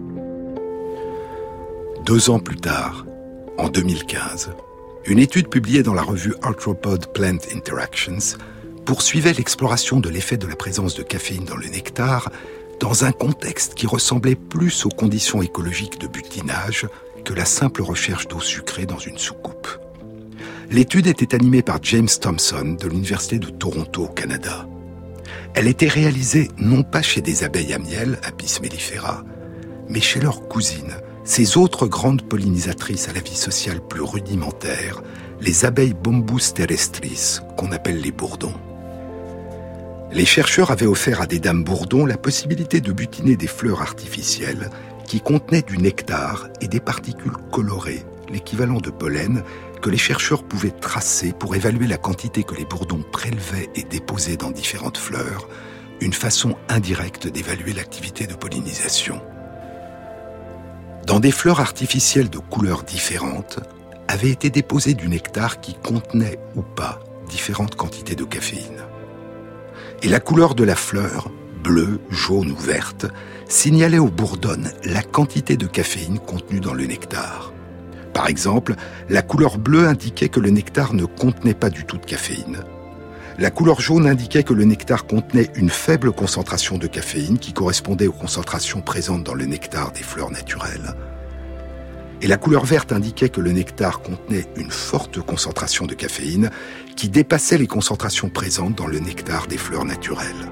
A: 2 ans plus tard, en 2015, une étude publiée dans la revue Arthropod Plant Interactions poursuivait l'exploration de l'effet de la présence de caféine dans le nectar dans un contexte qui ressemblait plus aux conditions écologiques de butinage que la simple recherche d'eau sucrée dans une soucoupe. L'étude était animée par James Thompson de l'Université de Toronto au Canada. Elle était réalisée non pas chez des abeilles à miel, Apis mellifera, mais chez leurs cousines, ces autres grandes pollinisatrices à la vie sociale plus rudimentaire, les abeilles Bombus terrestris, qu'on appelle les bourdons. Les chercheurs avaient offert à des dames bourdons la possibilité de butiner des fleurs artificielles qui contenaient du nectar et des particules colorées, l'équivalent de pollen, que les chercheurs pouvaient tracer pour évaluer la quantité que les bourdons prélevaient et déposaient dans différentes fleurs, une façon indirecte d'évaluer l'activité de pollinisation. Dans des fleurs artificielles de couleurs différentes, avait été déposé du nectar qui contenait ou pas différentes quantités de caféine. Et la couleur de la fleur, bleue, jaune ou verte, signalait aux bourdonnes la quantité de caféine contenue dans le nectar. Par exemple, la couleur bleue indiquait que le nectar ne contenait pas du tout de caféine. La couleur jaune indiquait que le nectar contenait une faible concentration de caféine qui correspondait aux concentrations présentes dans le nectar des fleurs naturelles. Et la couleur verte indiquait que le nectar contenait une forte concentration de caféine qui dépassait les concentrations présentes dans le nectar des fleurs naturelles.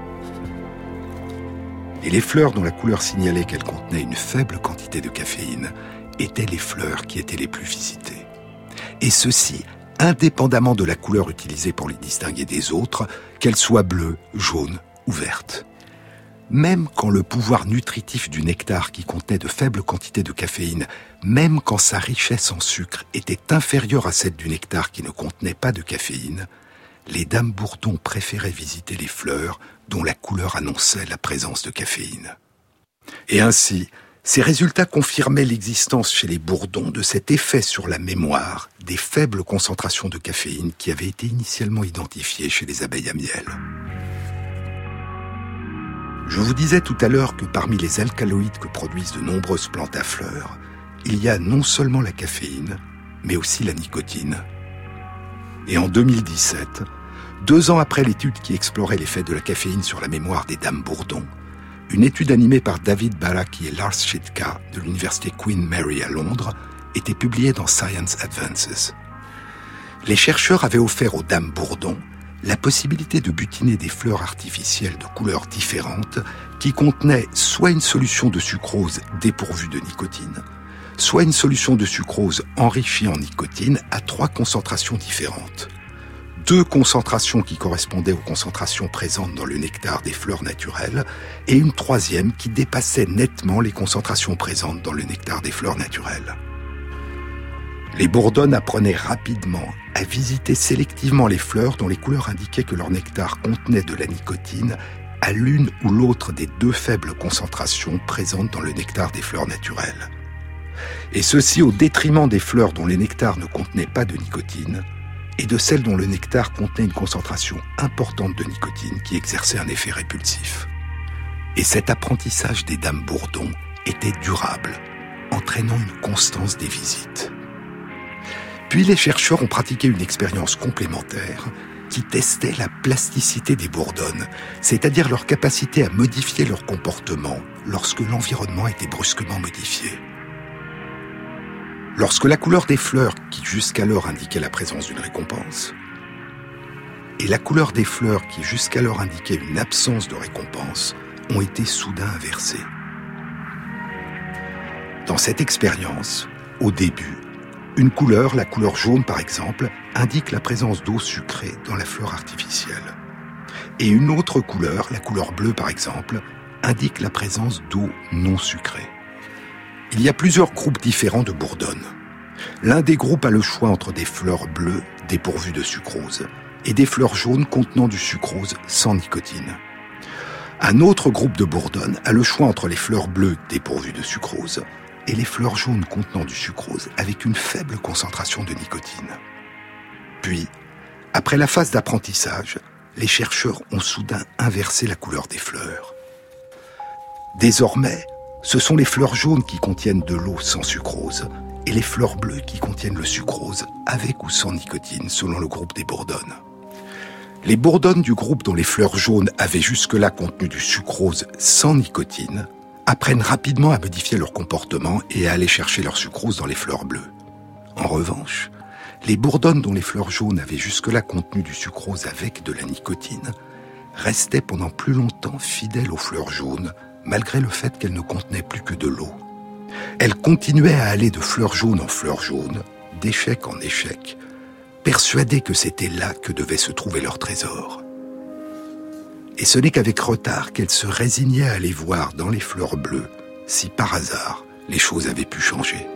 A: Et les fleurs dont la couleur signalait qu'elles contenaient une faible quantité de caféine étaient les fleurs qui étaient les plus visitées. Et ceci, indépendamment de la couleur utilisée pour les distinguer des autres, qu'elle soit bleue, jaune ou verte. Même quand le pouvoir nutritif du nectar qui contenait de faibles quantités de caféine, même quand sa richesse en sucre était inférieure à celle du nectar qui ne contenait pas de caféine, les dames bourdons préféraient visiter les fleurs dont la couleur annonçait la présence de caféine. Et ainsi, ces résultats confirmaient l'existence chez les bourdons de cet effet sur la mémoire des faibles concentrations de caféine qui avaient été initialement identifiées chez les abeilles à miel. Je vous disais tout à l'heure que parmi les alcaloïdes que produisent de nombreuses plantes à fleurs, il y a non seulement la caféine, mais aussi la nicotine. Et en 2017, 2 ans après l'étude qui explorait l'effet de la caféine sur la mémoire des dames bourdons, une étude animée par David Baraki et Lars Schitka de l'université Queen Mary à Londres était publiée dans Science Advances. Les chercheurs avaient offert aux dames bourdons la possibilité de butiner des fleurs artificielles de couleurs différentes qui contenaient soit une solution de sucrose dépourvue de nicotine, soit une solution de sucrose enrichie en nicotine à 3 concentrations différentes. 2 concentrations qui correspondaient aux concentrations présentes dans le nectar des fleurs naturelles et une 3e qui dépassait nettement les concentrations présentes dans le nectar des fleurs naturelles. Les bourdonnes apprenaient rapidement à visiter sélectivement les fleurs dont les couleurs indiquaient que leur nectar contenait de la nicotine à l'une ou l'autre des deux faibles concentrations présentes dans le nectar des fleurs naturelles. Et ceci au détriment des fleurs dont les nectars ne contenaient pas de nicotine et de celles dont le nectar contenait une concentration importante de nicotine qui exerçait un effet répulsif. Et cet apprentissage des dames Bourdon était durable, entraînant une constance des visites. Puis les chercheurs ont pratiqué une expérience complémentaire qui testait la plasticité des bourdonnes, c'est-à-dire leur capacité à modifier leur comportement lorsque l'environnement était brusquement modifié. Lorsque la couleur des fleurs, qui jusqu'alors indiquait la présence d'une récompense, et la couleur des fleurs, qui jusqu'alors indiquait une absence de récompense, ont été soudain inversées. Dans cette expérience, au début, une couleur, la couleur jaune par exemple, indique la présence d'eau sucrée dans la fleur artificielle. Et une autre couleur, la couleur bleue par exemple, indique la présence d'eau non sucrée. Il y a plusieurs groupes différents de bourdonnes. L'un des groupes a le choix entre des fleurs bleues dépourvues de sucrose et des fleurs jaunes contenant du sucrose sans nicotine. Un autre groupe de bourdonnes a le choix entre les fleurs bleues dépourvues de sucrose et les fleurs jaunes contenant du sucrose avec une faible concentration de nicotine. Puis, après la phase d'apprentissage, les chercheurs ont soudain inversé la couleur des fleurs. Désormais, ce sont les fleurs jaunes qui contiennent de l'eau sans sucrose et les fleurs bleues qui contiennent le sucrose avec ou sans nicotine selon le groupe des bourdonnes. Les bourdonnes du groupe dont les fleurs jaunes avaient jusque-là contenu du sucrose sans nicotine apprennent rapidement à modifier leur comportement et à aller chercher leur sucrose dans les fleurs bleues. En revanche, les bourdonnes dont les fleurs jaunes avaient jusque-là contenu du sucrose avec de la nicotine restaient pendant plus longtemps fidèles aux fleurs jaunes, malgré le fait qu'elles ne contenaient plus que de l'eau. Elles continuaient à aller de fleurs jaunes en fleurs jaunes, d'échec en échec, persuadées que c'était là que devait se trouver leur trésor. Et ce n'est qu'avec retard qu'elles se résignaient à aller voir dans les fleurs bleues si par hasard les choses avaient pu changer.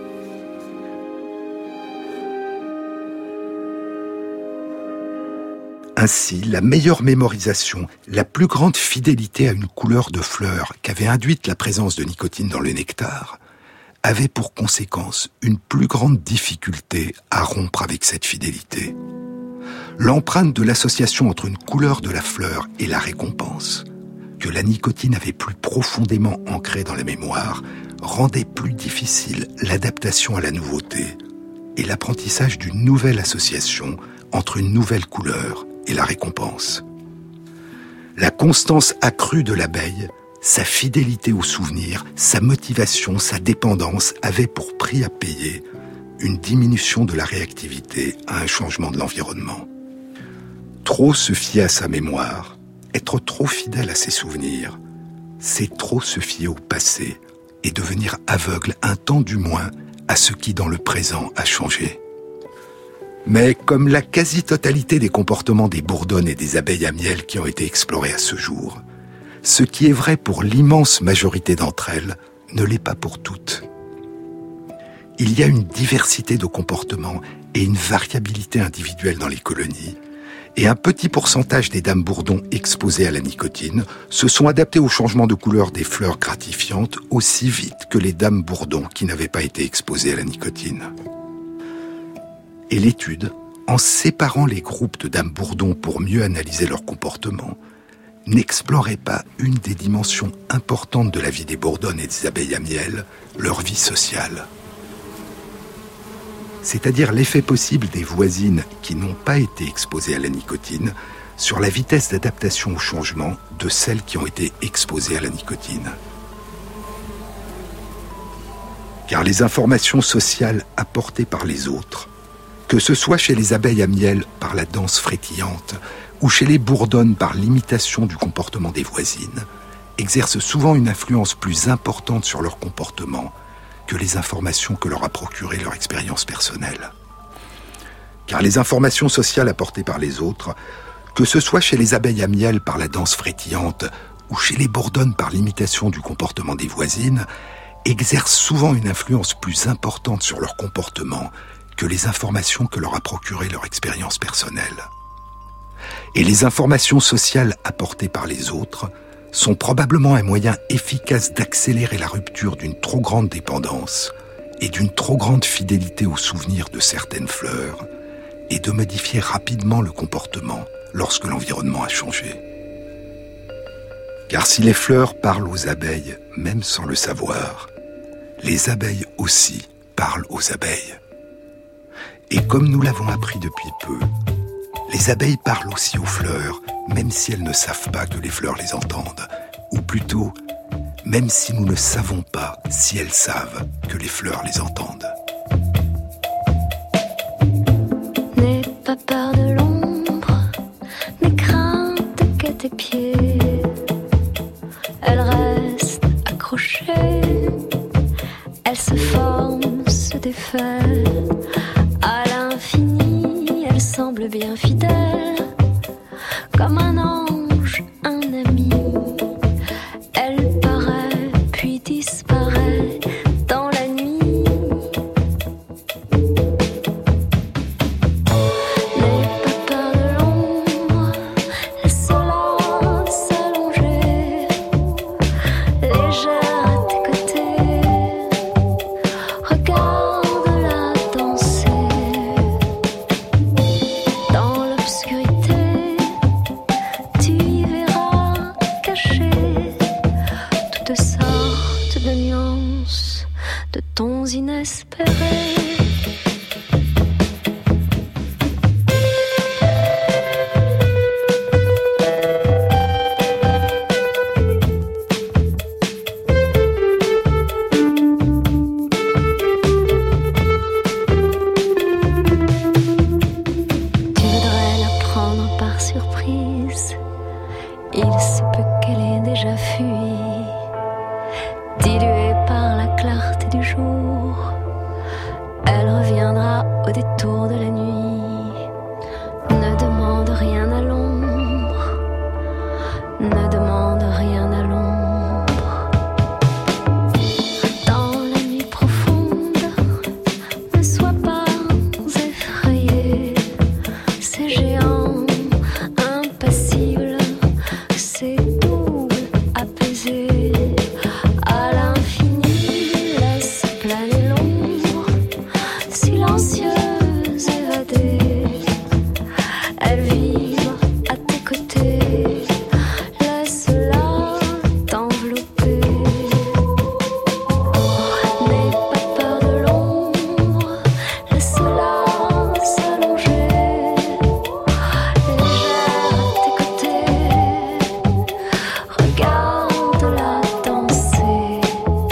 A: Ainsi, la meilleure mémorisation, la plus grande fidélité à une couleur de fleur qu'avait induite la présence de nicotine dans le nectar, avait pour conséquence une plus grande difficulté à rompre avec cette fidélité. L'empreinte de l'association entre une couleur de la fleur et la récompense, que la nicotine avait plus profondément ancrée dans la mémoire, rendait plus difficile l'adaptation à la nouveauté et l'apprentissage d'une nouvelle association entre une nouvelle couleur et la récompense. La constance accrue de l'abeille, sa fidélité au souvenir, sa motivation, sa dépendance avaient pour prix à payer une diminution de la réactivité à un changement de l'environnement. Trop se fier à sa mémoire, être trop fidèle à ses souvenirs, c'est trop se fier au passé et devenir aveugle un temps du moins à ce qui dans le présent a changé. Mais comme la quasi-totalité des comportements des bourdonnes et des abeilles à miel qui ont été explorés à ce jour, ce qui est vrai pour l'immense majorité d'entre elles ne l'est pas pour toutes. Il y a une diversité de comportements et une variabilité individuelle dans les colonies, et un petit pourcentage des dames bourdons exposées à la nicotine se sont adaptées au changement de couleur des fleurs gratifiantes aussi vite que les dames bourdons qui n'avaient pas été exposées à la nicotine. Et l'étude, en séparant les groupes de dames bourdons pour mieux analyser leur comportement, n'explorait pas une des dimensions importantes de la vie des bourdonnes et des abeilles à miel, leur vie sociale. C'est-à-dire l'effet possible des voisines qui n'ont pas été exposées à la nicotine sur la vitesse d'adaptation au changement de celles qui ont été exposées à la nicotine. Car les informations sociales apportées par les autres, que ce soit chez les abeilles à miel par la danse frétillante ou chez les bourdonnes par l'imitation du comportement des voisines, exercent souvent une influence plus importante sur leur comportement que les informations que leur a procurées leur expérience personnelle. Car les informations sociales apportées par les autres, que ce soit chez les abeilles à miel par la danse frétillante ou chez les bourdonnes par l'imitation du comportement des voisines, exercent souvent une influence plus importante sur leur comportement que les informations que leur a procurées leur expérience personnelle. Et les informations sociales apportées par les autres sont probablement un moyen efficace d'accélérer la rupture d'une trop grande dépendance et d'une trop grande fidélité aux souvenirs de certaines fleurs, et de modifier rapidement le comportement lorsque l'environnement a changé. Car si les fleurs parlent aux abeilles, même sans le savoir, les abeilles aussi parlent aux abeilles. Et comme nous l'avons appris depuis peu, les abeilles parlent aussi aux fleurs, même si elles ne savent pas que les fleurs les entendent, ou plutôt, même si nous ne savons pas si elles savent que les fleurs les entendent.
F: N'aie pas peur de l'ombre, n'aie crainte qu'à tes pieds. Elle reste accrochée, elle se forme, se défait. À l'infini, elle semble bien fidèle, comme un ange, un ami. Elle paraît puis disparaît dans la nuit. N'aie pas peur de l'ombre, laisse-la s'allonger, légère à tes côtés. Regarde-la danser dans l'obscurité. Tu y verras caché toutes sortes de nuances, de tons inespérés. Tu voudrais la prendre par surprise. Il se peut qu'elle ait déjà fui, diluée par la clarté du jour. Elle reviendra au détour de la nuit. Ne demande rien à l'ombre, ne demande rien à l'ombre. Dans la nuit profonde, ne sois pas effrayé. Ces géants impassibles, ces doubles apaisés, à l'infini, laisse planer l'ombre, silencieuse, évadée. Elle vibre à tes côtés, laisse-la t'envelopper. N'aie pas peur de l'ombre, laisse-la s'allonger, légère à tes côtés. Regarde-la danser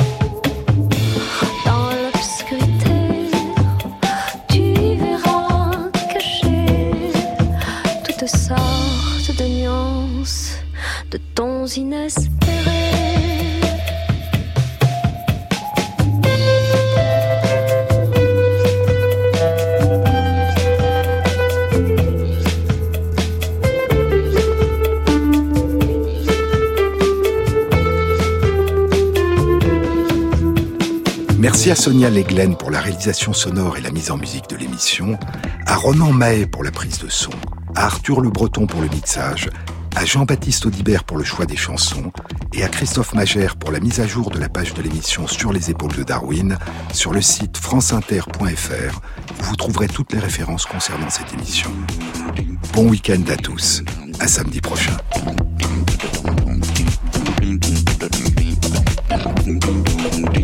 F: dans l'obscurité. Tu y verras caché toutes sortes de nuances, de tons inespérés.
A: Merci à Sonia Leglen pour la réalisation sonore et la mise en musique de l'émission, à Ronan Mahé pour la prise de son, à Arthur Le Breton pour le mixage, à Jean-Baptiste Audibert pour le choix des chansons et à Christophe Magère pour la mise à jour de la page de l'émission Sur les épaules de Darwin sur le site franceinter.fr où vous trouverez toutes les références concernant cette émission. Bon week-end à tous, à samedi prochain.
G: Thank you.